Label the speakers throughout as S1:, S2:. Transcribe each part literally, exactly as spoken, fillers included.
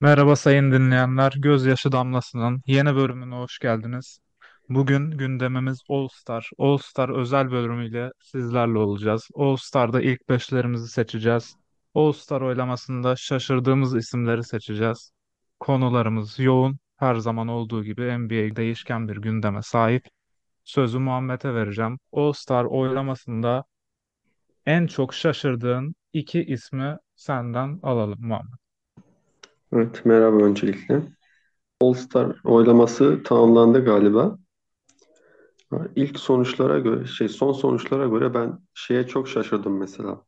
S1: Merhaba sayın dinleyenler, Gözyaşı Damlası'nın yeni bölümüne hoş geldiniz. Bugün gündemimiz All Star. All Star özel bölümüyle sizlerle olacağız. All Star'da ilk beşlerimizi seçeceğiz. All Star oylamasında şaşırdığımız isimleri seçeceğiz. Konularımız yoğun, her zaman olduğu gibi N B A değişken bir gündeme sahip. Sözü Muhammed'e vereceğim. All Star oylamasında en çok şaşırdığın iki ismi senden alalım Muhammed.
S2: Evet, merhaba öncelikle. All Star oylaması tamamlandı galiba. Ha, İlk sonuçlara göre, şey son sonuçlara göre ben şeye çok şaşırdım mesela.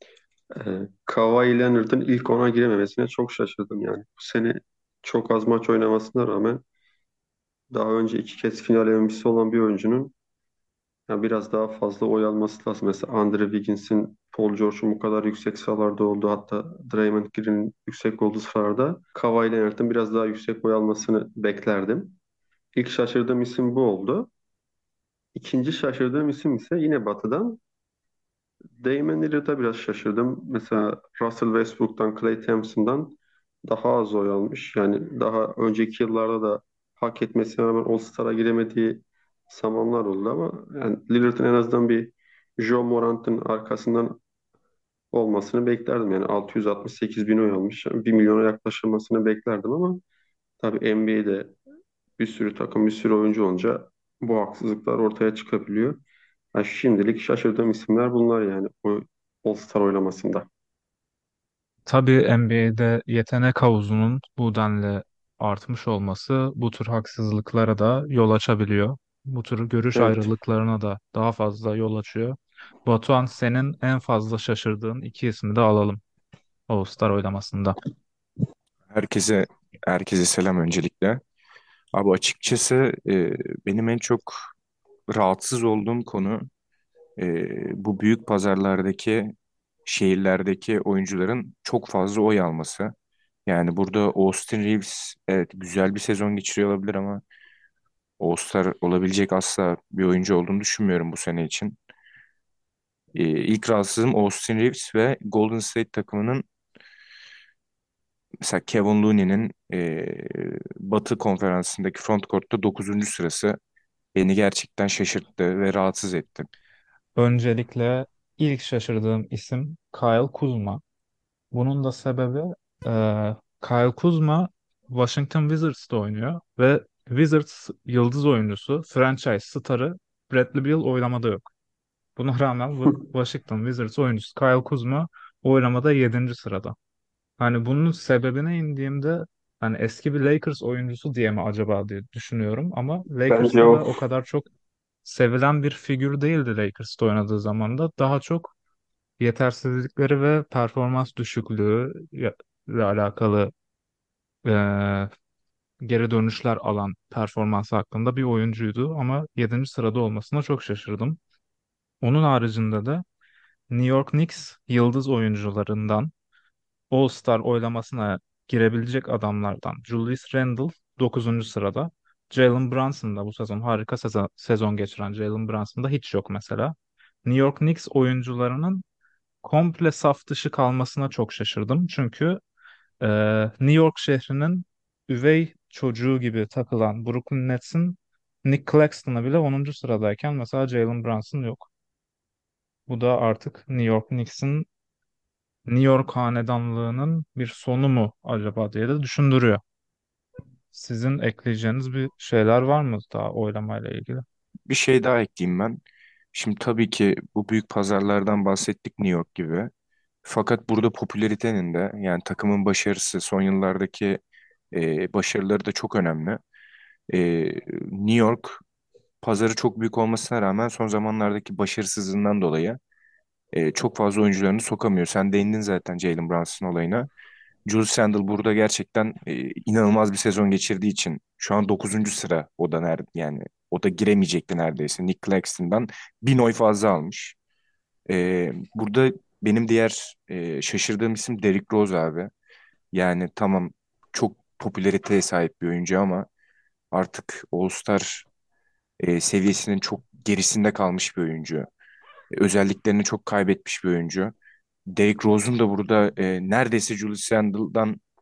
S2: Ee, Kawhi Leonard'ın ilk ona girememesine çok şaşırdım yani. Bu sene çok az maç oynamasına rağmen daha önce iki kez final M V P'si olan bir oyuncunun ya biraz daha fazla oy alması lazım. Mesela Andrew Wiggins'in, Paul George'un bu kadar yüksek sıralarda olduğu, hatta Draymond Green'in yüksek olduğu sıralarda Kawhi Leonard'ın biraz daha yüksek oy almasını beklerdim. İlk şaşırdığım isim bu oldu. İkinci şaşırdığım isim ise yine Batı'dan Damian Lillard'a biraz şaşırdım. Mesela Russell Westbrook'tan, Klay Thompson'dan daha az oy almış. Yani daha önceki yıllarda da hak etmesine rağmen All-Star'a giremediği zamanlar oldu ama yani Lillard'ın en azından bir Joe Morant'ın arkasından olmasını beklerdim. Yani altı yüz altmış sekiz bin oy almış. Yani bir milyona yaklaşılmasını beklerdim ama tabii N B A'de bir sürü takım, bir sürü oyuncu olunca bu haksızlıklar ortaya çıkabiliyor. Ha, şimdilik şaşırdığım isimler bunlar yani o All-Star oylamasında.
S1: Tabii N B A'de yetenek havuzunun bu denli artmış olması bu tür haksızlıklara da yol açabiliyor. Bu tür görüş
S2: Evet.
S1: ayrılıklarına da daha fazla yol açıyor. Batuhan, senin en fazla şaşırdığın iki ismi de alalım All-Star oylamasında.
S3: Herkese herkese selam öncelikle. Abi açıkçası e, benim en çok rahatsız olduğum konu e, bu büyük pazarlardaki şehirlerdeki oyuncuların çok fazla oy alması. Yani burada Austin Reeves evet güzel bir sezon geçiriyor olabilir ama All-Star olabilecek asla bir oyuncu olduğunu düşünmüyorum bu sene için. E, ilk rahatsızlığım Austin Reeves ve Golden State takımının mesela Kevin Looney'nin e, Batı konferansındaki front court'ta dokuzuncu sırası beni gerçekten şaşırttı ve rahatsız etti.
S1: Öncelikle ilk şaşırdığım isim Kyle Kuzma. Bunun da sebebi e, Kyle Kuzma Washington Wizards'ta oynuyor ve Wizards yıldız oyuncusu, franchise starı Bradley Beal oylamada yok. Buna rağmen Wa- Washington Wizards oyuncusu Kyle Kuzma oylamada yedinci sırada. Hani bunun sebebine indiğimde hani eski bir Lakers oyuncusu diye mi acaba diye düşünüyorum ama
S2: Bence
S1: Lakers'ta
S2: o.
S1: da o kadar çok sevilen bir figür değildi Lakers'ta oynadığı zaman da. Daha çok yetersizlikleri ve performans düşüklüğü ya- ile alakalı eee, geri dönüşler alan performansı hakkında bir oyuncuydu ama yedinci sırada olmasına çok şaşırdım. Onun haricinde de New York Knicks yıldız oyuncularından All-Star oylamasına girebilecek adamlardan Julius Randle dokuzuncu sırada. Jalen Brunson da bu sezon harika sezon, sezon geçiren Jalen Brunson da hiç yok mesela. New York Knicks oyuncularının komple saf dışı kalmasına çok şaşırdım. Çünkü e, New York şehrinin üvey çocuğu gibi takılan Brooklyn Nets'in Nick Claxton'ı bile onuncu sıradayken mesela Jalen Brunson yok. Bu da artık New York Knicks'in New York hanedanlığının bir sonu mu acaba diye de düşündürüyor. Sizin ekleyeceğiniz bir şeyler var mı daha oylamayla ilgili?
S3: Bir şey daha ekleyeyim ben. Şimdi tabii ki bu büyük pazarlardan bahsettik New York gibi. Fakat burada popülaritenin de yani takımın başarısı son yıllardaki e, başarıları da çok önemli. E, New York pazarı çok büyük olmasına rağmen son zamanlardaki başarısızlığından dolayı e, çok fazla oyuncularını sokamıyor. Sen değindin zaten Jalen Brunson olayına. Julius Randle burada gerçekten e, inanılmaz bir sezon geçirdiği için şu an dokuzuncu sıra o da nerede yani o da giremeyecekti neredeyse. Nick Claxton'dan bin oy fazla almış. E, burada benim diğer e, şaşırdığım isim Derrick Rose abi. Yani tamam çok popülariteye sahip bir oyuncu ama artık All-Star e, seviyesinin çok gerisinde kalmış bir oyuncu. E, özelliklerini çok kaybetmiş bir oyuncu. Derrick Rose'un da burada e, neredeyse Julius Randle'dan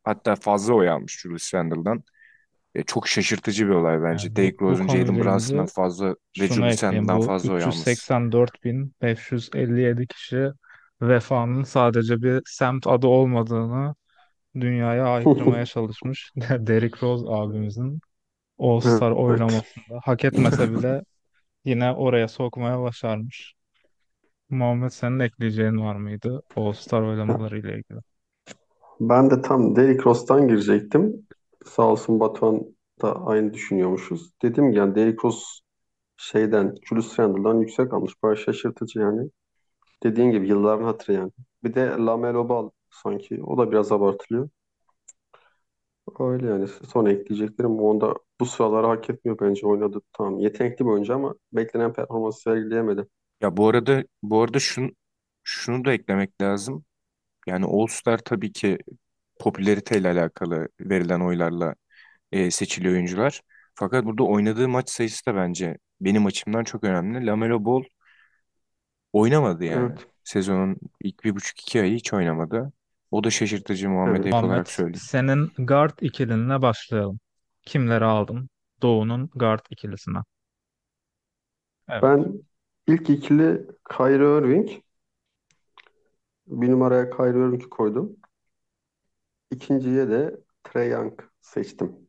S3: Hatta fazla oy almış Julius Randle'dan. E, çok şaşırtıcı bir olay bence.
S1: Yani bu,
S3: Derrick
S1: bu
S3: Rose'un Jalen
S1: konuyla
S3: Brunson'dan
S1: ilgili
S3: fazla ve
S1: şunu
S3: Julius
S1: ekleyeyim.
S3: Randle'dan
S1: Bu
S3: fazla oy alması.
S1: üç yüz seksen dört bin beş yüz elli yedi kişi vefanın sadece bir semt adı olmadığını dünyaya haykırmaya çalışmış. Derrick Rose abimizin All-Star
S2: Evet.
S1: oylamasında hak etmese bile yine oraya sokmaya başarmış. Muhammed, senin ekleyeceğin var mıydı All-Star oylamaları ile ilgili?
S2: Ben de tam Derrick Rose'tan girecektim. Sağ olsun Batuhan da aynı düşünüyormuşuz. Dedim ki yani Derrick Rose şeyden, Julius Randle'dan yüksek almış. Bayağı şaşırtıcı yani. Dediğin gibi yılların hatırı yani. Bir de Lamelo Ball sanki. O da biraz abartılıyor. Öyle yani. Son ekleyeceklerim. Onda bu sıraları hak etmiyor bence oynadı. Tamam. Yetenekli bir oyuncu ama beklenen performansı sergileyemedi.
S3: Ya bu arada bu arada şunu şunu da eklemek lazım. Yani All Star tabii ki popülariteyle alakalı verilen oylarla e, seçiliyor oyuncular. Fakat burada oynadığı maç sayısı da bence benim açımdan çok önemli. Lamelo Ball oynamadı yani.
S2: Evet.
S3: Sezonun ilk bir buçuk iki ayı hiç oynamadı. O da şaşırtıcı, Muhammed ek
S2: Evet.
S1: Muhammed,
S3: olarak söyleyeyim.
S1: senin guard ikilinle başlayalım. Kimleri aldın? Doğu'nun guard ikilisine. Evet.
S2: Ben ilk ikili Kyrie Irving. Bir numaraya Kyrie Irving'i koydum. İkinciye de Trae Young seçtim.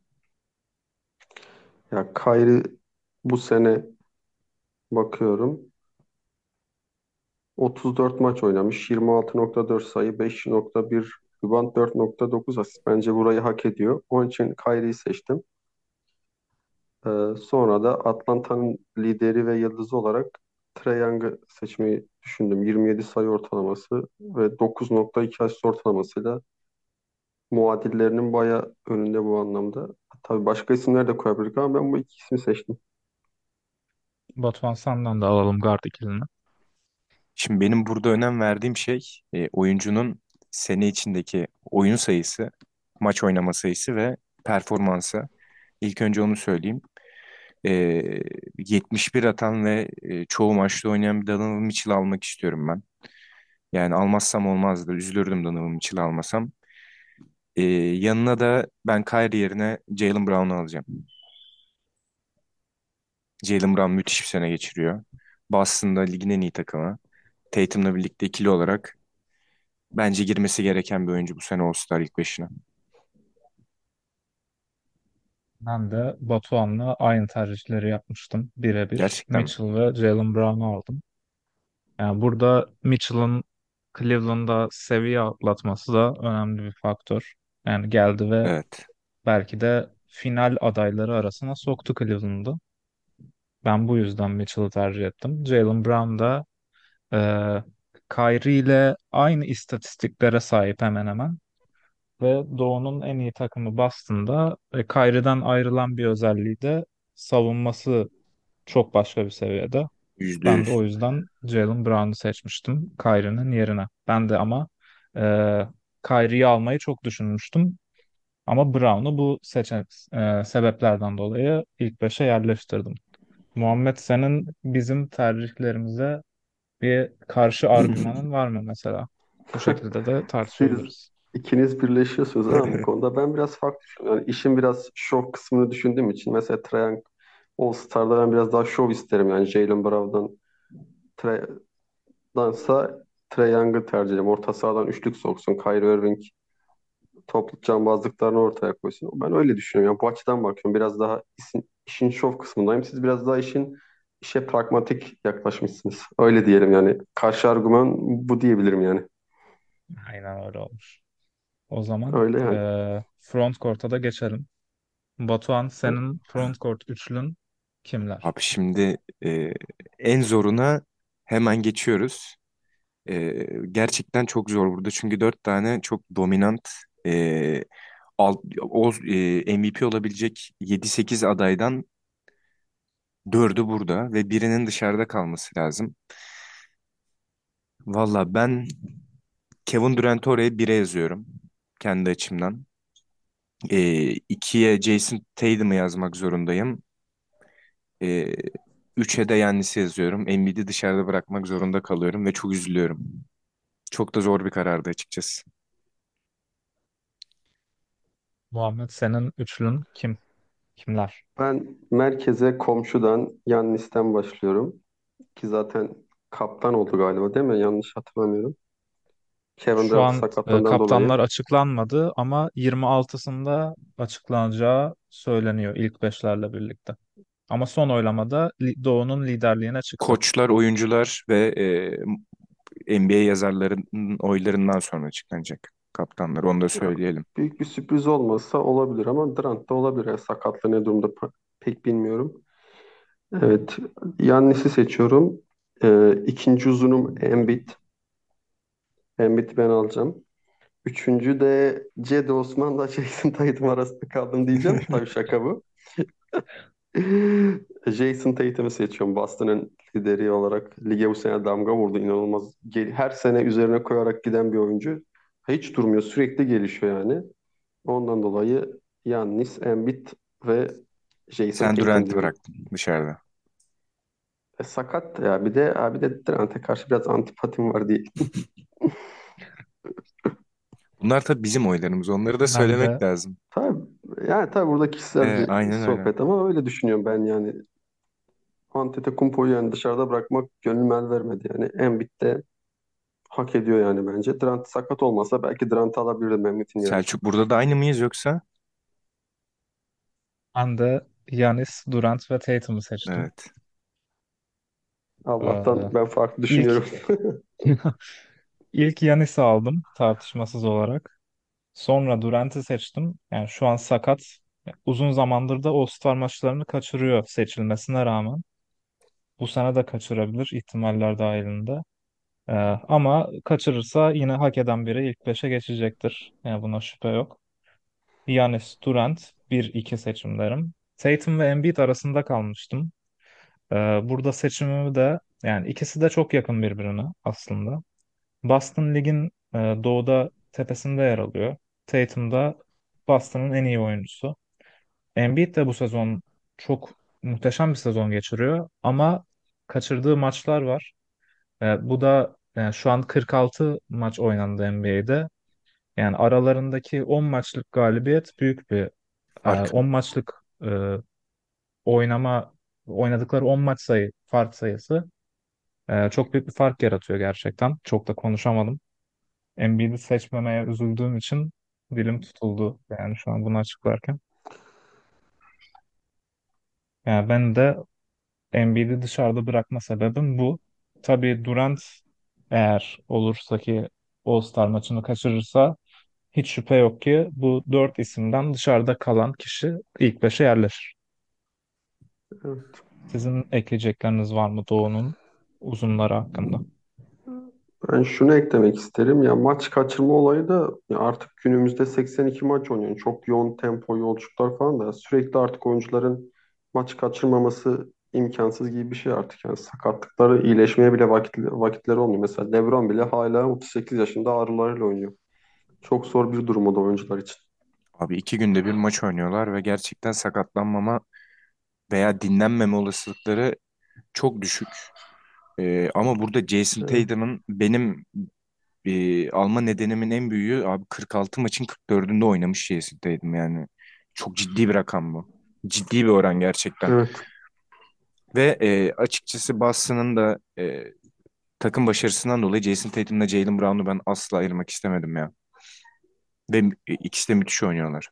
S2: Ya Kyrie bu sene bakıyorum otuz dört maç oynamış. yirmi altı nokta dört sayı, beş nokta bir rebound, dört nokta dokuz asist. Bence burayı hak ediyor. Onun için Kyrie'yi seçtim. Ee, sonra da Atlanta'nın lideri ve yıldızı olarak Trae Young'ı seçmeyi düşündüm. yirmi yedi sayı ortalaması ve dokuz nokta iki asist ortalamasıyla muadillerinin bayağı önünde bu anlamda. Tabii başka isimler de koyabilirdik ama ben bu iki ismi seçtim.
S1: Batuhan, senden de alalım guard ikilini.
S3: Şimdi benim burada önem verdiğim şey e, oyuncunun sene içindeki oyun sayısı, maç oynama sayısı ve performansı. İlk önce onu söyleyeyim. E, yetmiş bir atan ve e, çoğu maçta oynayan bir Donovan Mitchell almak istiyorum ben. Yani almazsam olmazdı. Üzülürdüm Donovan Mitchell almasam. E, yanına da ben Kyrie yerine Jaylen Brown'u alacağım. Jaylen Brown müthiş bir sene geçiriyor. Boston'da ligin en iyi takımı. Tatum'la birlikte ikili olarak bence girmesi gereken bir oyuncu bu sene All-Star ilk beşine.
S1: Ben de Batuhan'la aynı tercihleri yapmıştım. Birebir.
S3: Gerçekten mi?
S1: Mitchell ve Jalen Brown'u aldım. Yani burada Mitchell'ın Cleveland'da seviye atlatması da önemli bir faktör. Yani geldi ve
S3: Evet.
S1: belki de final adayları arasına soktu Cleveland'ı. Ben bu yüzden Mitchell'ı tercih ettim. Jalen Brown da e, Kyrie ile aynı istatistiklere sahip hemen hemen. Ve Doğu'nun en iyi takımı Boston'da. E, Kyrie'den ayrılan bir özelliği de savunması çok başka bir seviyede.
S3: Yüzde
S1: Ben de o
S3: yüz.
S1: yüzden Jalen Brown'u seçmiştim Kyrie'nin yerine. Ben de ama e, Kyrie'yi almayı çok düşünmüştüm. Ama Brown'u bu seçenek e, sebeplerden dolayı ilk beşe yerleştirdim. Muhammed, senin bizim tercihlerimize bir karşı argümanın var mı mesela? Bu şekilde de
S2: Siz
S1: tartışabiliriz.
S2: ikiniz birleşiyorsunuz ama bu konuda ben biraz farklı düşünüyorum. Yani işin biraz şov kısmını düşündüğüm için mesela Trae Young All Star'da ben biraz daha şov isterim. Yani Jaylen Brown'dan Trae'dansa Trae Young'ı tercih ederim. Orta sahadan üçlük soksun. Kyrie Irving toplu cambazlıklarını ortaya koysun. Ben öyle düşünüyorum. Yani bu açıdan bakıyorum. Biraz daha işin, işin şov kısmındayım. Siz biraz daha işin işe pragmatik yaklaşmışsınız. Öyle diyelim yani. Karşı argüman bu diyebilirim yani.
S1: Aynen öyle olmuş. O zaman
S2: Öyle yani.
S1: e, front court'a da geçelim. Batuhan, senin front court üçlün kimler?
S3: Abi şimdi e, en zoruna hemen geçiyoruz. E, gerçekten çok zor burada. Çünkü dört tane çok dominant e, alt, o, e, M V P olabilecek yedi sekiz adaydan dördü burada ve birinin dışarıda kalması lazım. Valla ben Kevin Durant'ı oraya bire yazıyorum kendi açımdan. E, ikiye Jason Tatum'u yazmak zorundayım. E, üçe de Yannis'i yazıyorum. Embiid'i dışarıda bırakmak zorunda kalıyorum ve çok üzülüyorum. Çok da zor bir karardı açıkçası.
S1: Muhammed, senin üçlün kim? Kimler?
S2: Ben merkeze komşudan Yannis'ten başlıyorum. Ki zaten kaptan oldu galiba değil mi? Yanlış hatırlamıyorum. Kevin
S1: Şu
S2: Durant
S1: an e,
S2: sakatlığından
S1: kaptanlar
S2: dolayı.
S1: açıklanmadı ama yirmi altısında açıklanacağı söyleniyor ilk beşlerle birlikte. Ama son oylamada Li- Doğu'nun liderliğine çıktı.
S3: Koçlar, oyuncular ve e, N B A yazarlarının oylarından sonra açıklanacak kaptanlar. Onu da
S2: Ya,
S3: söyleyelim.
S2: büyük bir sürpriz olmasa olabilir ama Durant da olabilir. Yani sakatlığı ne durumda pa- pek bilmiyorum. Evet, Yannis'i seçiyorum. Ee, ikinci uzunum Embiid. Embiid'i ben alacağım. Üçüncü de Cedi Osman'la Jason Tatum arasında kaldım diyeceğim. Tabii şaka bu. Jason Tatum'u seçiyorum. Boston'ın lideri olarak lige bu sene damga vurdu. İnanılmaz. Gel- Her sene üzerine koyarak giden bir oyuncu. Hiç durmuyor. Sürekli gelişiyor yani. Ondan dolayı Giannis, Embiid ve Jason
S3: Sen
S2: Tatum
S3: Durant'i
S2: diyorum.
S3: bıraktın dışarıda.
S2: E, sakat ya. Bir de abi de Durant'e karşı biraz antipatim var diye.
S3: Bunlar tabii bizim oylarımız. Onları da
S1: Ben
S3: söylemek
S1: de
S3: lazım.
S2: Tabii, yani tabii burada kişisel
S3: E,
S2: bir
S3: aynen öyle.
S2: sohbet ama öyle düşünüyorum ben yani. Antetokounmpo'yu yani dışarıda bırakmak gönlüm el vermedi yani. Embiid de hak ediyor yani bence. Durant sakat olmasa belki Durant'ı alabilirdim Embiid'in yerine.
S3: Selçuk, burada da aynı mıyız yoksa?
S1: ben de Giannis, Durant ve Tatum'u seçtim.
S3: Evet.
S1: Ee,
S2: Allah'tan ben farklı
S1: ilk
S2: düşünüyorum.
S1: ilk Giannis'i aldım tartışmasız olarak. Sonra Durant'i seçtim. Yani şu an sakat. Uzun zamandır da All-Star maçlarını kaçırıyor seçilmesine rağmen. Bu sene de kaçırabilir ihtimaller dahilinde. Ee, ama kaçırırsa yine hak eden biri ilk beşe geçecektir. Yani buna şüphe yok. Giannis, Durant bir iki seçimlerim. Tatum ve Embiid arasında kalmıştım. Ee, burada seçimimi de yani ikisi de çok yakın birbirine aslında. Boston Lig'in e, doğuda tepesinde yer alıyor. Tatum da Boston'ın en iyi oyuncusu. Embiid de bu sezon çok muhteşem bir sezon geçiriyor ama kaçırdığı maçlar var. E, bu da yani şu an kırk altı maç oynandı N B A'de. Yani aralarındaki on maçlık galibiyet büyük bir e,
S3: Fark.
S1: on maçlık e, oynama oynadıkları on maç sayı fark sayısı e, çok büyük bir fark yaratıyor gerçekten. Çok da konuşamadım. Embiid'i seçmemeye üzüldüğüm için dilim tutuldu yani şu an bunu açıklarken. Yani ben de Embiid'i dışarıda bırakma sebebim bu. Tabii Durant eğer olursa ki All-Star maçını kaçırırsa hiç şüphe yok ki bu dört isimden dışarıda kalan kişi ilk beşe yerleşir. Sizin ekleyecekleriniz var mı Doğu'nun uzunları hakkında?
S2: Ben şunu eklemek isterim. Ya maç kaçırma olayı da ya artık günümüzde seksen iki maç oynuyor. Çok yoğun tempo yolculuklar falan da sürekli artık oyuncuların maç kaçırmaması imkansız gibi bir şey artık. Yani sakatlıkları iyileşmeye bile vakit, vakitleri olmuyor. Mesela LeBron bile hala otuz sekiz yaşında ağrılarıyla oynuyor. Çok zor bir durum o da oyuncular için.
S3: Abi iki günde bir maç oynuyorlar ve gerçekten sakatlanmama veya dinlenmeme olasılıkları çok düşük. Ee, ama burada Jason
S2: Evet,
S3: Tatum'un benim e, alma nedenimin en büyüğü abi kırk altı maçın kırk dördünde oynamış Jason Tatum yani. Çok ciddi bir rakam bu. Ciddi bir oran gerçekten.
S2: evet,
S3: Ve e, açıkçası Boston'ın da e, takım başarısından dolayı Jason Tatum'la Jaylen Brown'u ben asla ayırmak istemedim ya. Ve e, ikisi de müthiş oynuyorlar.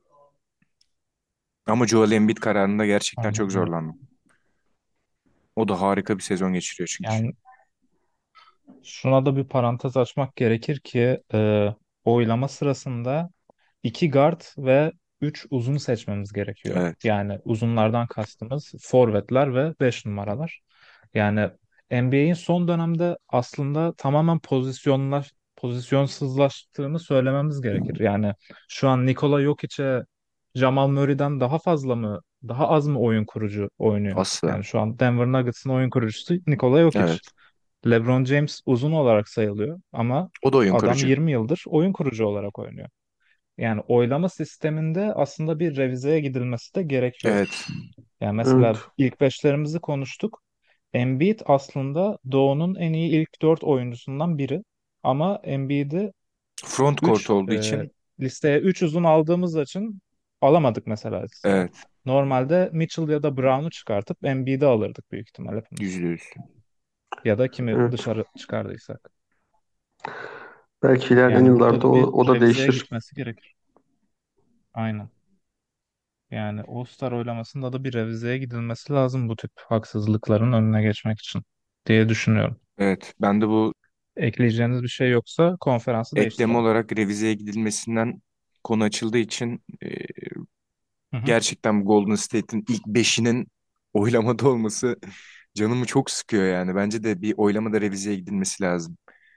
S3: Ama Joel Embiid kararında gerçekten
S1: Aynen
S3: çok
S1: öyle.
S3: zorlandım. O da harika bir sezon geçiriyor çünkü.
S1: Yani şuna da bir parantez açmak gerekir ki e, oylama sırasında iki guard ve üç uzun seçmemiz gerekiyor.
S3: Evet.
S1: Yani uzunlardan kastımız forvetler ve beş numaralar. Yani N B A'in son dönemde aslında tamamen pozisyonlaş, pozisyonsuzlaştığını söylememiz gerekir. Yani şu an Nikola Jokic'e Jamal Murray'den daha fazla mı, daha az mı oyun kurucu oynuyor?
S3: Asla.
S1: Yani şu an Denver Nuggets'ın oyun kurucusu Nikola Jokic.
S3: Evet.
S1: LeBron James uzun olarak sayılıyor ama
S3: O da oyun
S1: adam
S3: kurucu.
S1: yirmi yıldır oyun kurucu olarak oynuyor. Yani oylama sisteminde aslında bir revizeye gidilmesi de gerekiyor.
S3: Evet.
S1: Yani mesela
S2: evet,
S1: ilk beşlerimizi konuştuk. Embiid aslında Doğu'nun en iyi ilk dört oyuncusundan biri. Ama Embiid'i
S3: Front court
S1: üç
S3: olduğu için.
S1: listeye üç uzun aldığımız için alamadık mesela listeye.
S3: Evet,
S1: Normalde Mitchell ya da Brown'u çıkartıp Embiid'i alırdık büyük ihtimal hepimiz.
S3: yüzde yüz.
S1: Ya da kimi
S2: Evet.
S1: dışarı çıkardıysak.
S2: Belki ilerleyen
S1: Yani
S2: yıllarda
S1: burada
S2: o,
S1: bir
S2: o da
S1: revizeye
S2: değişir.
S1: gitmesi gerekir. Aynen. Yani All-Star oylamasında da bir revizeye gidilmesi lazım bu tip haksızlıkların önüne geçmek için diye düşünüyorum.
S3: Evet, ben de bu
S1: Ekleyeceğiniz bir şey yoksa konferansı
S3: ekleme
S1: değiştirelim.
S3: olarak revizeye gidilmesinden konu açıldığı için e,
S1: Hı hı.
S3: gerçekten bu Golden State'in ilk beşinin oylamada olması canımı çok sıkıyor yani. Bence de bir oylamada revizeye gidilmesi lazım.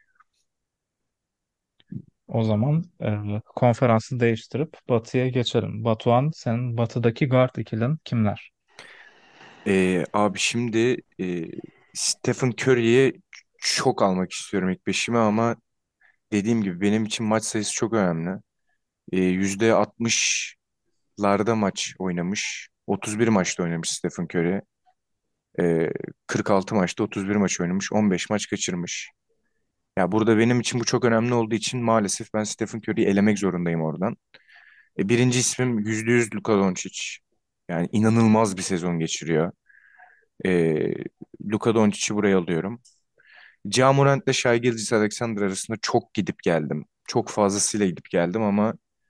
S1: O zaman e, konferansı değiştirip Batı'ya geçelim. Batuhan, senin Batı'daki guard ikilin kimler?
S3: E, abi şimdi e, Stephen Curry'yi çok almak istiyorum ilk beşime ama dediğim gibi benim için maç sayısı çok önemli. E, yüzde altmışlarda maç oynamış. otuz bir maçta oynamış Stephen Curry. E, kırk altı maçta otuz bir maç oynamış. on beş maç kaçırmış. Ya burada benim için bu çok önemli olduğu için maalesef ben Stephen Curry'yi elemek zorundayım oradan. E, birinci ismim yüzde yüz Luka Doncic. Yani inanılmaz bir sezon geçiriyor. E, Luka Doncic'i buraya alıyorum. Ja Morant ile Shai Gilgeous-Alexander arasında çok gidip geldim. Çok fazlasıyla gidip geldim ama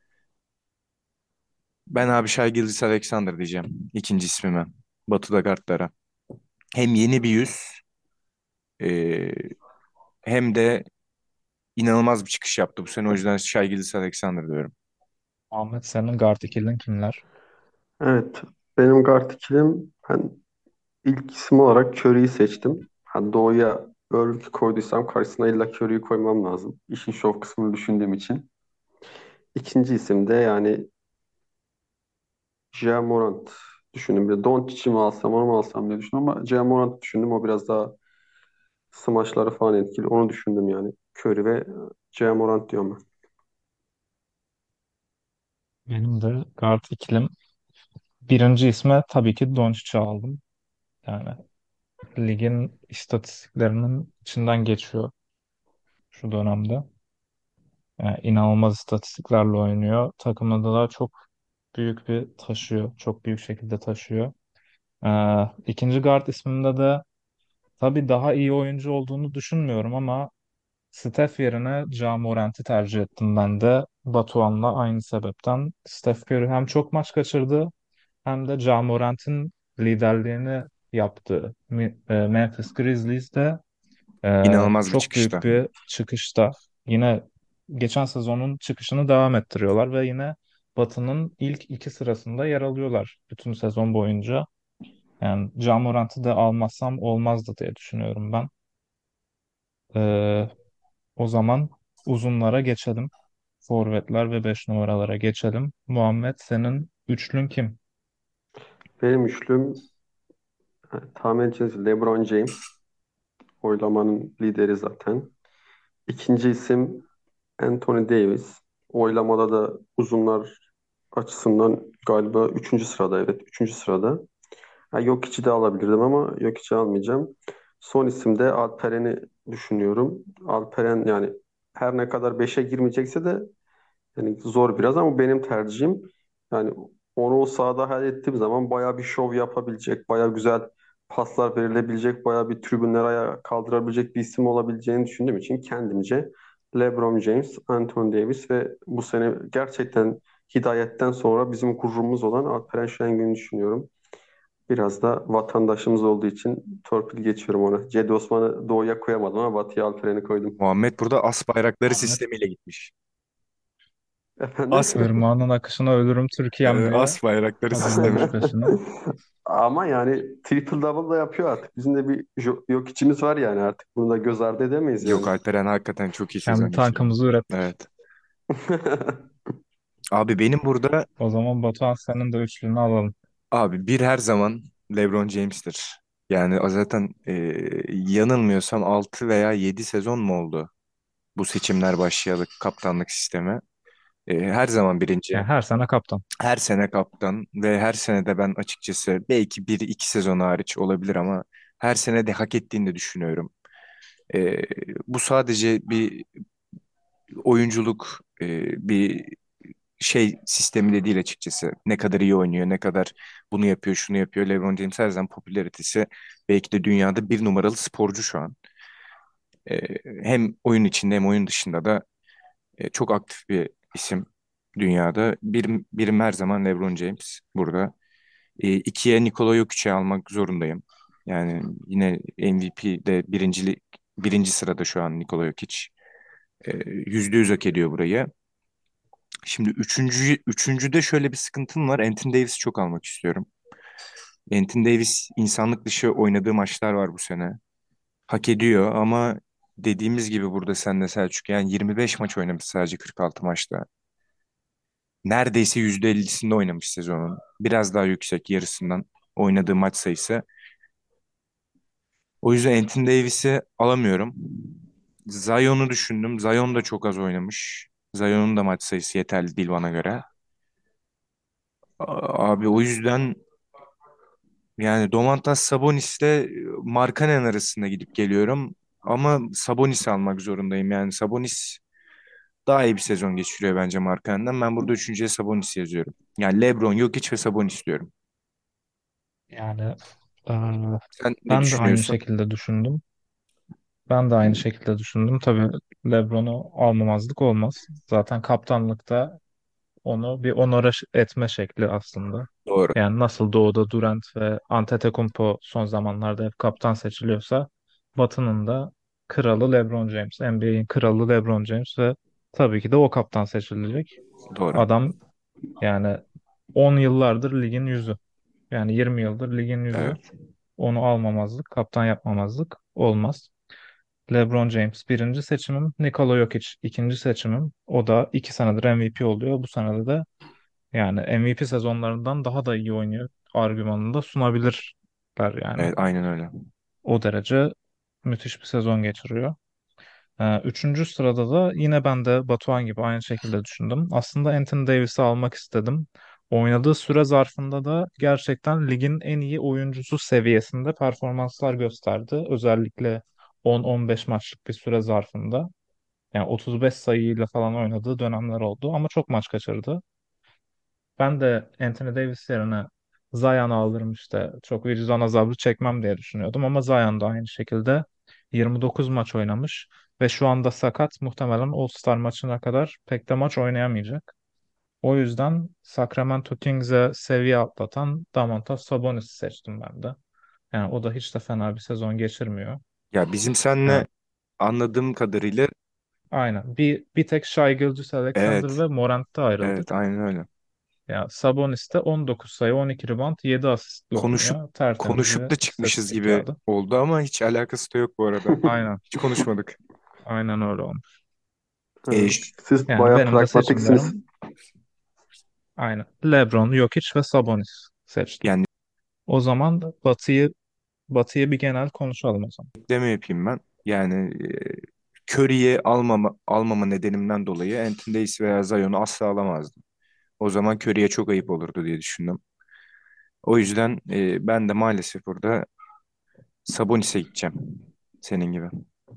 S3: ben abi Shai Gilgeous-Alexander diyeceğim. İkinci ismime. Batı'da guardlara. Hem yeni bir yüz e, hem de inanılmaz bir çıkış yaptı bu sene. O yüzden Shai Gilgeous-Alexander diyorum.
S1: Ahmet, senin guard ikilin kimler?
S2: Evet. Benim guard ikilim, ben ilk isim olarak Curry'yi seçtim. Ha, Doğu'ya Irving'i koyduysam karşısına illa Curry'yi koymam lazım. İşin şov kısmını düşündüğüm için. İkinci isim de yani Ja Morant düşündüm. Bir de Doncic'i mi alsam onu mu alsam diye düşündüm ama Ja Morant düşündüm. O biraz daha smaçları falan etkili. Onu düşündüm yani. Curry ve Ja Morant diyorum ben.
S1: Benim de guard ikilim. Birinci isme tabii ki Doncic'i aldım. Yani ligin istatistiklerinin içinden geçiyor şu dönemde. Yani inanılmaz istatistiklerle oynuyor. Takımında da çok büyük bir taşıyor. Çok büyük şekilde taşıyor. Ee, ikinci guard isminde de tabii daha iyi oyuncu olduğunu düşünmüyorum ama Steph yerine Ja Morant'i tercih ettim ben de. Batuhan'la aynı sebepten. Steph Curry hem çok maç kaçırdı hem de Ja Morant'in liderliğini yaptığı Mi- e, Memphis Grizzlies de e,
S3: İnanılmaz bir
S1: çok
S3: çıkışta.
S1: büyük bir çıkışta. Yine geçen sezonun çıkışını devam ettiriyorlar ve yine Batı'nın ilk iki sırasında yer alıyorlar bütün sezon boyunca. Yani Ja Morant'ı da almazsam olmazdı diye düşünüyorum ben. E, O zaman uzunlara geçelim. Forvetler ve beş numaralara geçelim. Muhammed, senin üçlün kim?
S2: Benim üçlüm, ha, tahmin edeceğiniz LeBron James. Oylamanın lideri zaten. İkinci isim Anthony Davis. Oylamada da uzunlar açısından galiba üçüncü sırada. Evet, üçüncü sırada. Ha, Jokic'i de alabilirdim ama Jokic'i almayacağım. Son isimde Alperen'i düşünüyorum. Alperen yani her ne kadar beşe girmeyecekse de yani zor biraz ama benim tercihim yani onu o sahada hallettiğim zaman bayağı bir şov yapabilecek, bayağı güzel paslar verilebilecek, bayağı bir tribünleri ayağa kaldırabilecek bir isim olabileceğini düşündüğüm için kendimce LeBron James, Anthony Davis ve bu sene gerçekten hidayetten sonra bizim gururumuz olan Alperen Şengün'ü düşünüyorum. Biraz da vatandaşımız olduğu için torpil geçiyorum ona. Cedi Osman'ı doğuya koyamadım ama batıya Alperen'i koydum.
S3: Muhammed burada as bayrakları
S1: Muhammed,
S3: sistemiyle gitmiş.
S2: Efendim?
S3: As,
S1: ırmağının akışına ölürüm
S3: e,
S1: Türkiye'm diye
S3: as bayrakları
S1: kazanıyormuş
S3: sistemi.
S1: peşine.
S2: Ama yani triple double da yapıyor artık. Bizim de bir jo- yok içimiz var yani artık. Bunu da göz ardı edemeyiz
S3: Yok
S2: yani.
S3: Alperen hakikaten çok iyi sezon
S1: Kendi
S3: geçiriyor.
S1: tankımızı ürettik.
S3: Evet. Abi benim burada
S1: O zaman Batuhan, senin de üçlünü alalım.
S3: abi bir her zaman LeBron James'tir. Yani o zaten e, yanılmıyorsam altı veya yedi sezon mu oldu bu seçimler başlayalı kaptanlık sistemi. E, her zaman birinci.
S1: Yani her sene kaptan.
S3: Her sene kaptan ve her sene de ben açıkçası belki bir iki sezon hariç olabilir ama her sene de hak ettiğini de düşünüyorum. E, Bu sadece bir oyunculuk, e, bir şey sistemi de değil açıkçası. Ne kadar iyi oynuyor, ne kadar bunu yapıyor, şunu yapıyor. LeBron James her zaman popülaritesi belki de dünyada bir numaralı sporcu şu an. Ee, Hem oyun içinde hem oyun dışında da e, çok aktif bir isim dünyada. Bir, birim her zaman LeBron James burada. E, ikiye Nikola Jokic'i almak zorundayım. Yani yine M V P'de birinci, birinci sırada şu an Nikola Jokic. E, Yüzde yüz hak ediyor burayı. Şimdi üçüncü, üçüncüde şöyle bir sıkıntım var. Anthony Davis'i çok almak istiyorum. Anthony Davis insanlık dışı oynadığı maçlar var bu sene. Hak ediyor ama dediğimiz gibi burada sen de Selçuk yani yirmi beş maç oynamış sadece kırk altı maçta. Neredeyse yüzde ellisinde oynamış sezonun. Biraz daha yüksek yarısından oynadığı maç sayısı. O yüzden Anthony Davis'i alamıyorum. Zion'u düşündüm. Zion da çok az oynamış. Zion'un da maç sayısı yeterli değil bana göre. A- Abi o yüzden yani Domantas Sabonis'le Markkanen arasında gidip geliyorum. Ama Sabonis'i almak zorundayım. Yani Sabonis daha iyi bir sezon geçiriyor bence Markkanen'den. Ben burada üçüncüye Sabonis yazıyorum. Yani LeBron, Jokic ve Sabonis diyorum.
S1: Yani eee,
S3: Sen ne
S1: ben de aynı
S3: düşünüyorsun?
S1: şekilde düşündüm. Ben de aynı şekilde düşündüm. Tabii LeBron'u almamazlık olmaz. Zaten kaptanlıkta onu bir onore etme şekli aslında.
S3: Doğru,
S1: Yani nasıl Doğu'da Durant ve Antetokounmpo son zamanlarda hep kaptan seçiliyorsa Batı'nın da kralı LeBron James, N B A'in kralı LeBron James ve tabii ki de o kaptan seçilecek.
S3: doğru.
S1: Adam yani on yıllardır ligin yüzü. Yani yirmi yıldır ligin yüzü.
S3: Evet,
S1: Onu almamazlık, kaptan yapmamazlık olmaz. LeBron James birinci seçimim, Nikola Jokic ikinci seçimim. O da iki senedir M V P oluyor. Bu senede de yani M V P sezonlarından daha da iyi oynuyor argümanını da sunabilirler yani.
S3: evet aynen öyle.
S1: O derece müthiş bir sezon geçiriyor. Ee, üçüncü sırada da yine ben de Batuhan gibi aynı şekilde düşündüm. Aslında Anthony Davis'i almak istedim. Oynadığı süre zarfında da gerçekten ligin en iyi oyuncusu seviyesinde performanslar gösterdi. Özellikle on on beş maçlık bir süre zarfında. Yani otuz beş sayıyla falan oynadığı dönemler oldu ama çok maç kaçırdı. Ben de Anthony Davis yerine Zion'u alırım işte. Çok vicdan azabı çekmem diye düşünüyordum ama Zion da aynı şekilde yirmi dokuz maç oynamış ve şu anda sakat. Muhtemelen All-Star maçına kadar pek de maç oynayamayacak. O yüzden Sacramento Kings'e seviye atlatan Domantas Sabonis'i seçtim ben de. Yani o da hiç de fena bir sezon geçirmiyor.
S3: Ya bizim
S1: Yani
S3: seninle anladığım kadarıyla
S1: aynen. Bir, bir tek Shai Gilgeous-Alexander
S3: evet,
S1: ve Morant'ta
S3: evet
S1: ayrıldık.
S3: aynen öyle.
S1: Ya Sabonis de on dokuz sayı, on iki rebound, yedi asistle
S3: Konuşup
S1: oynuyor. Tertemiz
S3: konuşup
S1: bir
S3: da çıkmışız
S1: istatistik
S3: gibi
S1: kağıdı.
S3: oldu ama hiç alakası da yok bu arada.
S1: Aynen.
S3: Hiç konuşmadık.
S1: Aynen öyle olmuş.
S3: E,
S2: Evet.
S3: ş-
S2: Siz
S1: Yani
S2: bayağı
S1: benim de
S2: pragmatiksiniz.
S1: seçimlerim aynen. LeBron, Jokic ve Sabonis seçtim.
S3: Yani
S1: O zaman da Batı'yı Batı'yı bir genel konuşalım o zaman.
S3: ekleme yapayım ben. Yani e, Curry'i almama, almama nedenimden dolayı Anthony Davis veya Zion'u asla alamazdım. O zaman Curry'e çok ayıp olurdu diye düşündüm. O yüzden e, ben de maalesef burada Sabonis'e gideceğim. Senin gibi.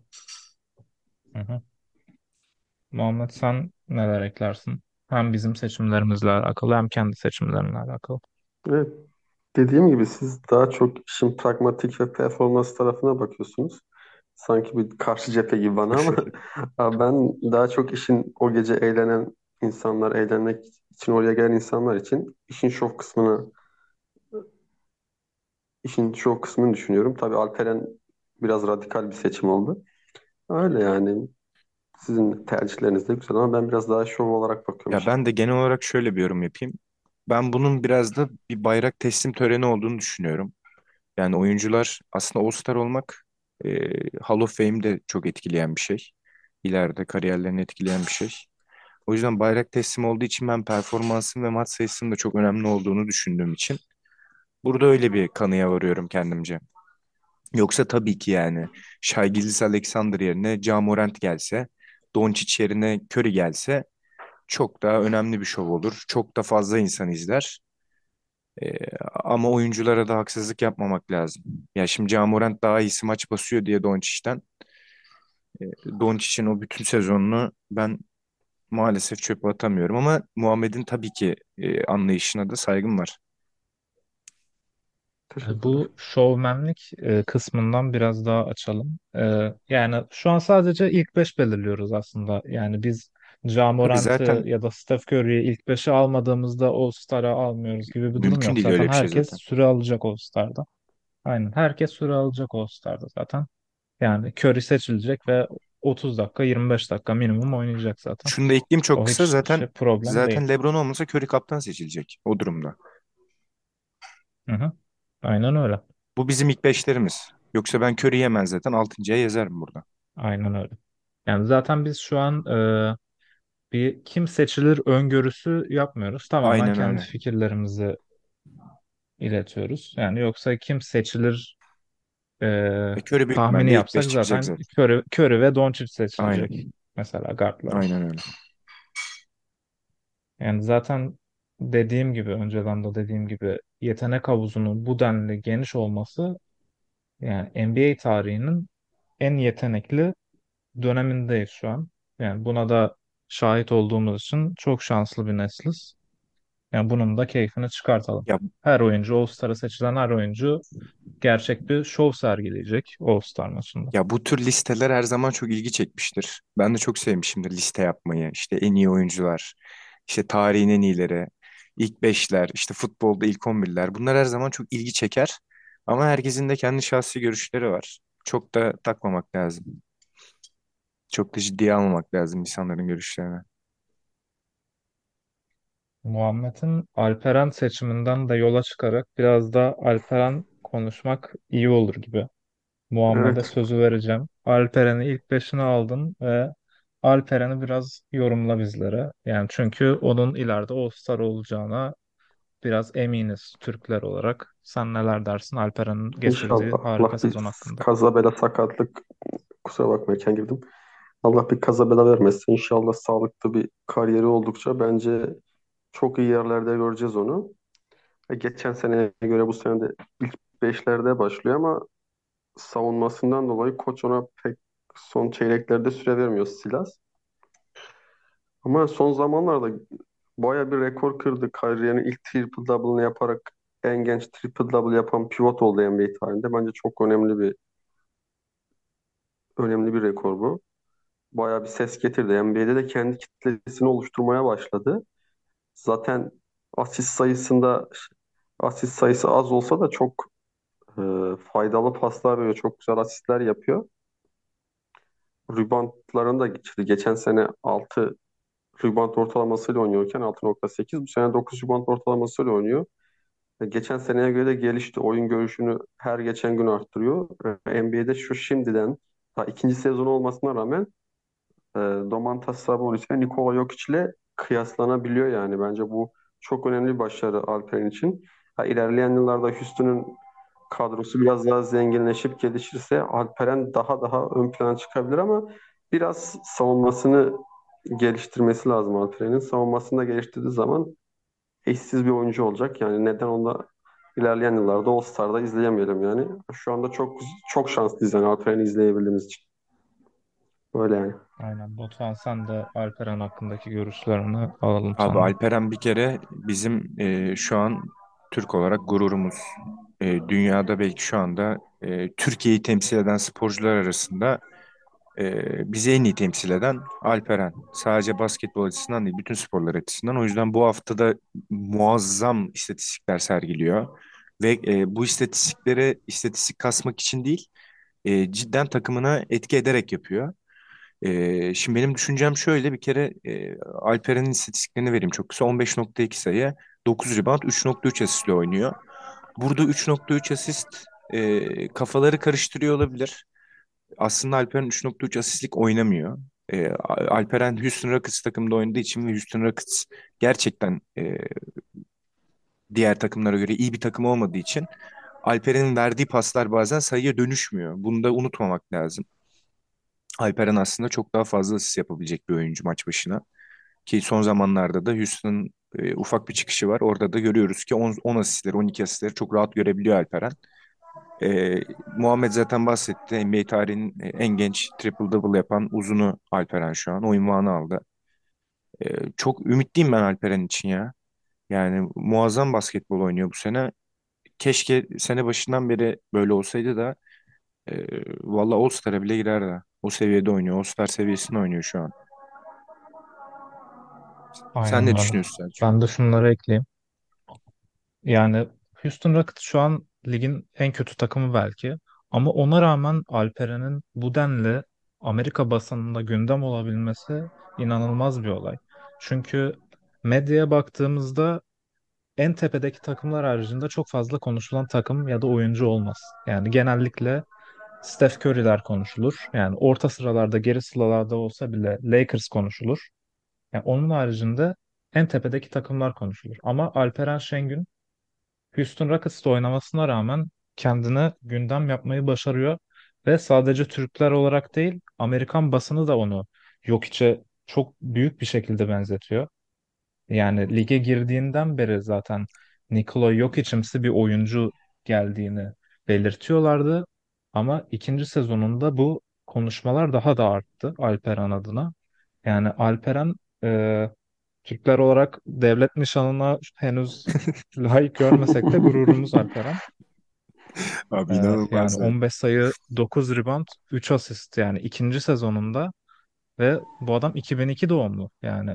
S1: Hı hı. Muhammed sen neler eklersin? Hem bizim seçimlerimizle alakalı hem kendi seçimlerinle alakalı.
S2: Evet. Dediğim gibi siz daha çok işin pragmatik ve performans tarafına bakıyorsunuz. Sanki bir karşı cephe gibi bana ama abi ben daha çok işin o gece eğlenen insanlar, eğlenmek için oraya gelen insanlar için işin şov kısmını işin şov kısmını düşünüyorum. Tabii Alperen biraz radikal bir seçim oldu. Öyle yani sizin tercihleriniz de güzel ama ben biraz daha şov olarak bakıyorum
S3: Ya
S2: işe.
S3: ben de genel olarak şöyle bir yorum yapayım. Ben bunun biraz da bir bayrak teslim töreni olduğunu düşünüyorum. Yani oyuncular aslında All-Star olmak e, Hall of Fame'de çok etkileyen bir şey. İleride kariyerlerini etkileyen bir şey. O yüzden bayrak teslim olduğu için ben performansın ve maç sayısının da çok önemli olduğunu düşündüğüm için burada öyle bir kanıya varıyorum kendimce. Yoksa tabii ki yani Shai Gilgeous-Alexander yerine Ja Morant gelse, Doncic yerine Curry gelse çok daha önemli bir şov olur. Çok da fazla insan izler. Ee, Ama oyunculara da haksızlık yapmamak lazım. Ya şimdi Ja Morant daha iyisi maç basıyor diye Doncic'ten. E, Doncic'in o bütün sezonunu ben maalesef çöpe atamıyorum ama Muhammed'in tabii ki e, anlayışına da saygım var.
S1: E,
S2: Teşekkürler.
S1: Bu şovmenlik e, kısmından biraz daha açalım. E, yani şu an sadece ilk beş belirliyoruz aslında. Yani biz Ja
S3: Tabii
S1: Morant'ı
S3: zaten
S1: ya da Steph Curry'yi ilk beşe almadığımızda All-Star'a almıyoruz gibi bir durum
S3: mümkün
S1: yok.
S3: değil
S1: Zaten
S3: öyle bir şey
S1: herkes
S3: zaten.
S1: süre alacak All-Star'da. Aynen. Herkes süre alacak All-Star'da zaten. Yani Curry seçilecek ve otuz dakika yirmi beş dakika minimum oynayacak zaten.
S3: Şunu da ekleyeyim çok
S1: O
S3: kısa.
S1: hiç
S3: Zaten
S1: şey, problem değil.
S3: zaten LeBron olmasa Curry kaptan seçilecek o durumda.
S1: Hı hı. Aynen öyle.
S3: Bu bizim ilk beşlerimiz. Yoksa ben Curry'i hemen zaten altıncıya yazarım burada.
S1: Aynen öyle. Yani zaten biz şu an e, bir kim seçilir öngörüsü yapmıyoruz. Tamamen
S3: Aynen
S1: kendi
S3: öyle.
S1: fikirlerimizi iletiyoruz. Yani yoksa kim seçilir e,
S3: E, Curry büyük
S1: tahmini
S3: ihtimalle ilk beş
S1: yapsak
S3: çıkacak
S1: zaten
S3: zaten.
S1: Curry, Curry ve Doncic seçilecek.
S3: Aynen.
S1: Mesela guardlara.
S3: Aynen öyle.
S1: Yani zaten dediğim gibi önceden de dediğim gibi yetenek havuzunun bu denli geniş olması yani N B A tarihinin en yetenekli dönemindeyiz şu an. Yani buna da şahit olduğumuz için çok şanslı bir nesliz. Yani bunun da keyfini çıkartalım.
S3: Ya
S1: Her oyuncu, All-Star'a seçilen her oyuncu gerçek bir şov sergileyecek All-Star maçında.
S3: ya bu tür listeler her zaman çok ilgi çekmiştir. Ben de çok sevmişimdir liste yapmayı. İşte en iyi oyuncular, işte tarihin en iyileri, ilk beşler, işte futbolda ilk on birler. Bunlar her zaman çok ilgi çeker. Ama herkesin de kendi şahsi görüşleri var. Çok da takmamak lazım. Çok da ciddiye almamak lazım insanların görüşlerini.
S1: Muhammed'in Alperen seçiminden de yola çıkarak biraz da Alperen konuşmak iyi olur gibi. Muhammed'e
S2: Evet.
S1: sözü vereceğim. Alperen'i ilk beşine aldın ve Alperen'i biraz yorumla bizlere. Yani çünkü onun ileride All-Star olacağına biraz eminiz Türkler olarak. Sen neler dersin Alperen'in geçirdiği
S2: İnşallah.
S1: harika
S2: Allah bir
S1: sezon hakkında?
S2: kaza bela sakatlık, kusura bakma erken girdim. Allah bir kaza bela vermesin. İnşallah sağlıklı bir kariyeri oldukça bence çok iyi yerlerde göreceğiz onu. E, Geçen seneye göre bu sene de ilk beşlerde başlıyor ama savunmasından dolayı koç ona pek son çeyreklerde süre vermiyor Silas. Ama son zamanlarda baya bir rekor kırdı. Kariyerinin ilk triple double'ını yaparak en genç triple double yapan pivot oldu N B A tarihinde. Bence çok önemli bir önemli bir rekor bu. Baya bir ses getirdi. N B A'de de kendi kitlesini oluşturmaya başladı. Zaten asist sayısında asist sayısı az olsa da çok e, faydalı paslar veriyor. Çok güzel asistler yapıyor. Reboundlarını da geçirdi. Geçen sene altı rebound ortalamasıyla oynuyorken altı nokta sekiz. Bu sene dokuz rebound ortalamasıyla oynuyor. E, Geçen seneye göre de gelişti. Oyun görüşünü her geçen gün arttırıyor. E, N B A'de şu şimdiden daha ikinci sezon olmasına rağmen e, Domantas Sabonis ve Nikola Jokic ile kıyaslanabiliyor yani. Bence bu çok önemli bir başarı Alperen için. Ha, ilerleyen yıllarda Houston'un kadrosu biraz daha zenginleşip gelişirse Alperen daha daha ön plana çıkabilir ama biraz savunmasını geliştirmesi lazım Alperen'in. Savunmasını da geliştirdiği zaman eşsiz bir oyuncu olacak. Yani neden onu da ilerleyen yıllarda All-Star'da izleyemeyelim yani. Şu anda çok çok şanslıyız yani Alperen'i izleyebildiğimiz için. Öyle yani.
S1: Aynen. Batuhan sen de Alperen hakkındaki görüşlerini alalım
S3: Abi
S1: senden.
S3: Alperen bir kere bizim e, şu an Türk olarak gururumuz. E, dünyada belki şu anda e, Türkiye'yi temsil eden sporcular arasında e, bizi en iyi temsil eden Alperen. Sadece basketbol açısından değil, bütün sporlar açısından. O yüzden bu haftada muazzam istatistikler sergiliyor. Ve e, bu istatistikleri istatistik kasmak için değil, e, cidden takımına etki ederek yapıyor. Ee, şimdi benim düşüncem şöyle bir kere e, Alperen'in istatistiklerini vereyim çok kısa. on beş nokta iki sayı, dokuz rebound, üç nokta üç asistle oynuyor. Burada üç nokta üç asist e, kafaları karıştırıyor olabilir. Aslında Alperen üç nokta üç asistlik oynamıyor. E, Alperen Houston Rockets takımında oynadığı için ve Houston Rockets gerçekten e, diğer takımlara göre iyi bir takım olmadığı için Alperen'in verdiği paslar bazen sayıya dönüşmüyor. Bunu da unutmamak lazım. Alperen aslında çok daha fazla asist yapabilecek bir oyuncu maç başına. Ki son zamanlarda da Houston'ın e, ufak bir çıkışı var. Orada da görüyoruz ki on, on asistleri, on iki asistleri çok rahat görebiliyor Alperen. E, Muhammed zaten bahsetti. N B A tarihinin en genç triple double yapan uzunu Alperen şu an. O unvanı aldı. E, çok ümitliyim ben Alperen için ya. Yani muazzam basketbol oynuyor bu sene. Keşke sene başından beri böyle olsaydı da e, valla All-Star'a bile girerdi. O seviyede oynuyor. All-Star seviyesinde oynuyor şu an. Sen
S1: Aynen
S3: ne
S1: öyle.
S3: düşünüyorsun Selçuk?
S1: Ben de şunları ekleyeyim. Yani Houston Rockets şu an ligin en kötü takımı belki. Ama ona rağmen Alperen'in bu denli Amerika basınında gündem olabilmesi inanılmaz bir olay. Çünkü medyaya baktığımızda en tepedeki takımlar haricinde çok fazla konuşulan takım ya da oyuncu olmaz. Yani genellikle Steph Curry'ler konuşulur. Yani orta sıralarda, geri sıralarda olsa bile Lakers konuşulur. Yani onun haricinde en tepedeki takımlar konuşulur. Ama Alperen Şengün Houston Rockets'ta oynamasına rağmen kendine gündem yapmayı başarıyor ve sadece Türkler olarak değil, Amerikan basını da onu Jokic'e çok büyük bir şekilde benzetiyor. Yani lige girdiğinden beri zaten Nikola Jokic'imsi bir oyuncu geldiğini belirtiyorlardı. Ama ikinci sezonunda bu konuşmalar daha da arttı Alperen adına. Yani Alperen e, Türkler olarak devlet nişanına henüz layık görmesek de gururumuz Alperen.
S3: Abi
S1: E, yani
S3: inanılmaz ya.
S1: on beş sayı, dokuz rebound, üç asist yani ikinci sezonunda ve bu adam iki bin iki doğumlu. Yani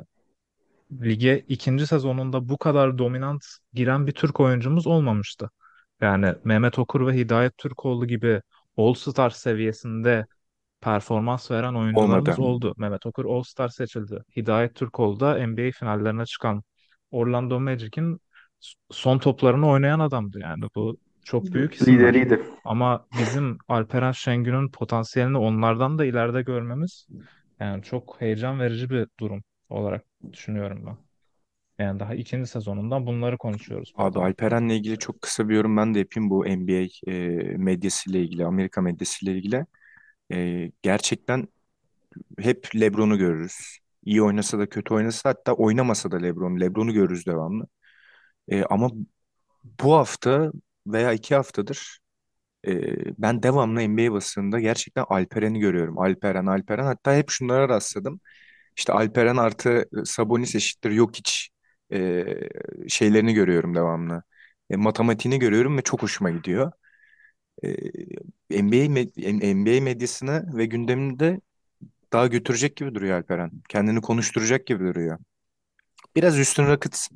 S1: lige ikinci sezonunda bu kadar dominant giren bir Türk oyuncumuz olmamıştı. Yani Mehmet Okur ve Hidayet Türkoğlu gibi All-Star seviyesinde performans veren
S3: Olmadı.
S1: oyuncularımız oldu. Mehmet Okur All-Star seçildi. Hidayet Türkoğlu da N B A finallerine çıkan Orlando Magic'in son toplarını oynayan adamdı. Yani bu çok büyük isimler.
S2: Lideriydi.
S1: Ama bizim Alperen Şengün'ün potansiyelini onlardan da ileride görmemiz yani çok heyecan verici bir durum olarak düşünüyorum ben. Yani daha ikinci sezonundan bunları konuşuyoruz bu
S3: Abi
S1: adamın.
S3: Alperen'le ilgili çok kısa bir yorum ben de yapayım bu N B A e, medyasıyla ilgili, Amerika medyasıyla ilgili. E, gerçekten hep LeBron'u görürüz. İyi oynasa da kötü oynasa hatta oynamasa da LeBron, LeBron'u görürüz devamlı. E, ama bu hafta veya iki haftadır e, ben devamlı N B A basınında gerçekten Alperen'i görüyorum. Alperen, Alperen. Hatta hep şunlara rastladım. İşte Alperen artı Sabonis eşittir Jokic e, şeylerini görüyorum devamlı. E, matematiğini görüyorum ve çok hoşuma gidiyor. E, N B A, med- N B A medyasını ve gündemini de daha götürecek gibi duruyor Alperen. Kendini konuşturacak gibi duruyor. Biraz Houston Rockets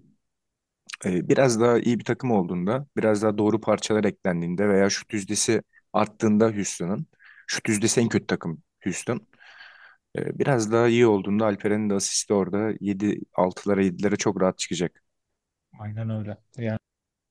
S3: e, biraz daha iyi bir takım olduğunda, biraz daha doğru parçalar eklendiğinde veya şut yüzdesi arttığında Houston'ın, şut yüzdesi en kötü takım Houston. E, biraz daha iyi olduğunda Alperen'in de asisti orada yedi altılara yedilere çok rahat çıkacak.
S1: Aynen öyle. Yani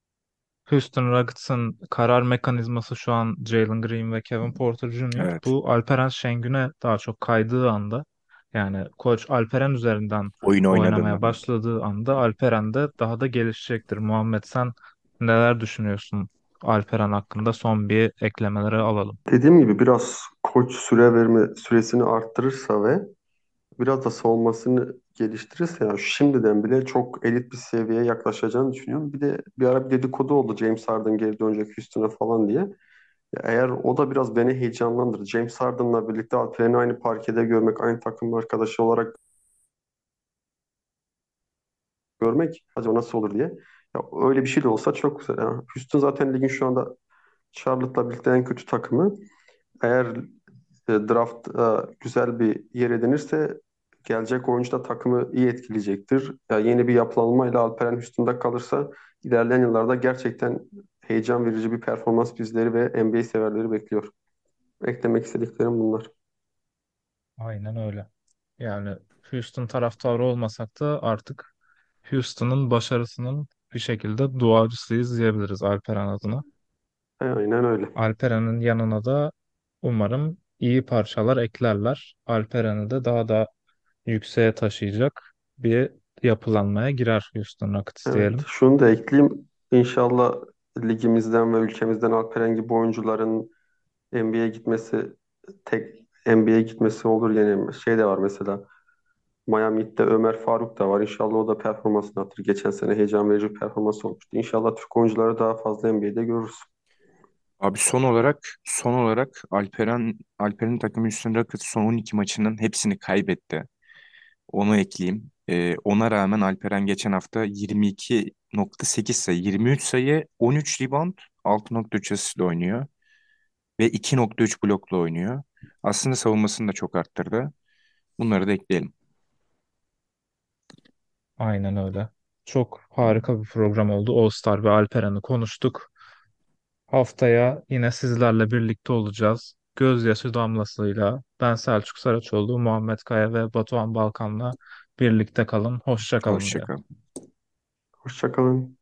S1: Houston Rockets'ın karar mekanizması şu an Jalen Green ve Kevin Porter Junior
S3: Evet.
S1: Bu Alperen Şengün'e daha çok kaydığı anda yani koç Alperen üzerinden
S3: Oyun oynadığında.
S1: oynamaya başladığı anda Alperen de daha da gelişecektir. Muhammed sen neler düşünüyorsun Alperen hakkında son bir eklemeleri alalım.
S2: Dediğim gibi biraz koç süre verme süresini arttırırsa ve biraz da savunmasını geliştirirse ya şimdiden bile çok elit bir seviyeye yaklaşacağını düşünüyorum. Bir de bir ara bir dedikodu oldu James Harden geri dönecek Houston'a falan diye. Ya eğer o da biraz beni heyecanlandırır. James Harden'la birlikte Alperen'i aynı parkede görmek, aynı takım arkadaşı olarak görmek acaba nasıl olur diye. Ya öyle bir şey de olsa çok güzel. Ya Houston zaten ligin şu anda Charlotte'la birlikte en kötü takımı. Eğer e, draft e, güzel bir yer edinirse gelecek oyuncu da takımı iyi etkileyecektir. Ya yeni bir yapılanmayla Alperen Houston'da kalırsa ilerleyen yıllarda gerçekten heyecan verici bir performans bizleri ve N B A severleri bekliyor. Eklemek istediklerim bunlar.
S1: Aynen öyle. Yani Houston taraftarı olmasak da artık Houston'ın başarısının bir şekilde duacısıyız diyebiliriz Alperen adına.
S2: Aynen öyle.
S1: Alperen'in yanına da umarım iyi parçalar eklerler. Alperen'i de daha da yükseğe taşıyacak bir yapılanmaya girer Houston Rockets
S2: Evet,
S1: diyelim.
S2: şunu da ekleyeyim. İnşallah ligimizden ve ülkemizden Alperen gibi oyuncuların N B A'ye gitmesi tek N B A'ye gitmesi olur. Yani şey de var mesela Miami Heat'te Ömer Faruk da var. İnşallah o da performansını atır. Geçen sene heyecan verici bir performans olmuştu. İnşallah Türk oyuncuları daha fazla N B A'de görürüz.
S3: Abi son olarak son olarak Alperen Alperen'in takımı Houston Rockets son on iki maçının hepsini kaybetti. Onu ekleyeyim. Ee, ona rağmen Alperen geçen hafta yirmi iki nokta sekiz sayı, yirmi üç sayı, on üç rebound, altı nokta üç asistle oynuyor. Ve iki nokta üç blokla oynuyor. Aslında savunmasını da çok arttırdı. Bunları da ekleyelim.
S1: Aynen öyle. Çok harika bir program oldu. All Star ve Alperen'i konuştuk. Haftaya yine sizlerle birlikte olacağız. Gözyaşı damlasıyla ben Selçuk Saraçoğlu, Muhammed Kaya ve Batuhan Balkan'la birlikte kalın. Hoşça kalın
S3: Hoşça
S1: diye.
S3: kal.
S2: Hoşça kalın.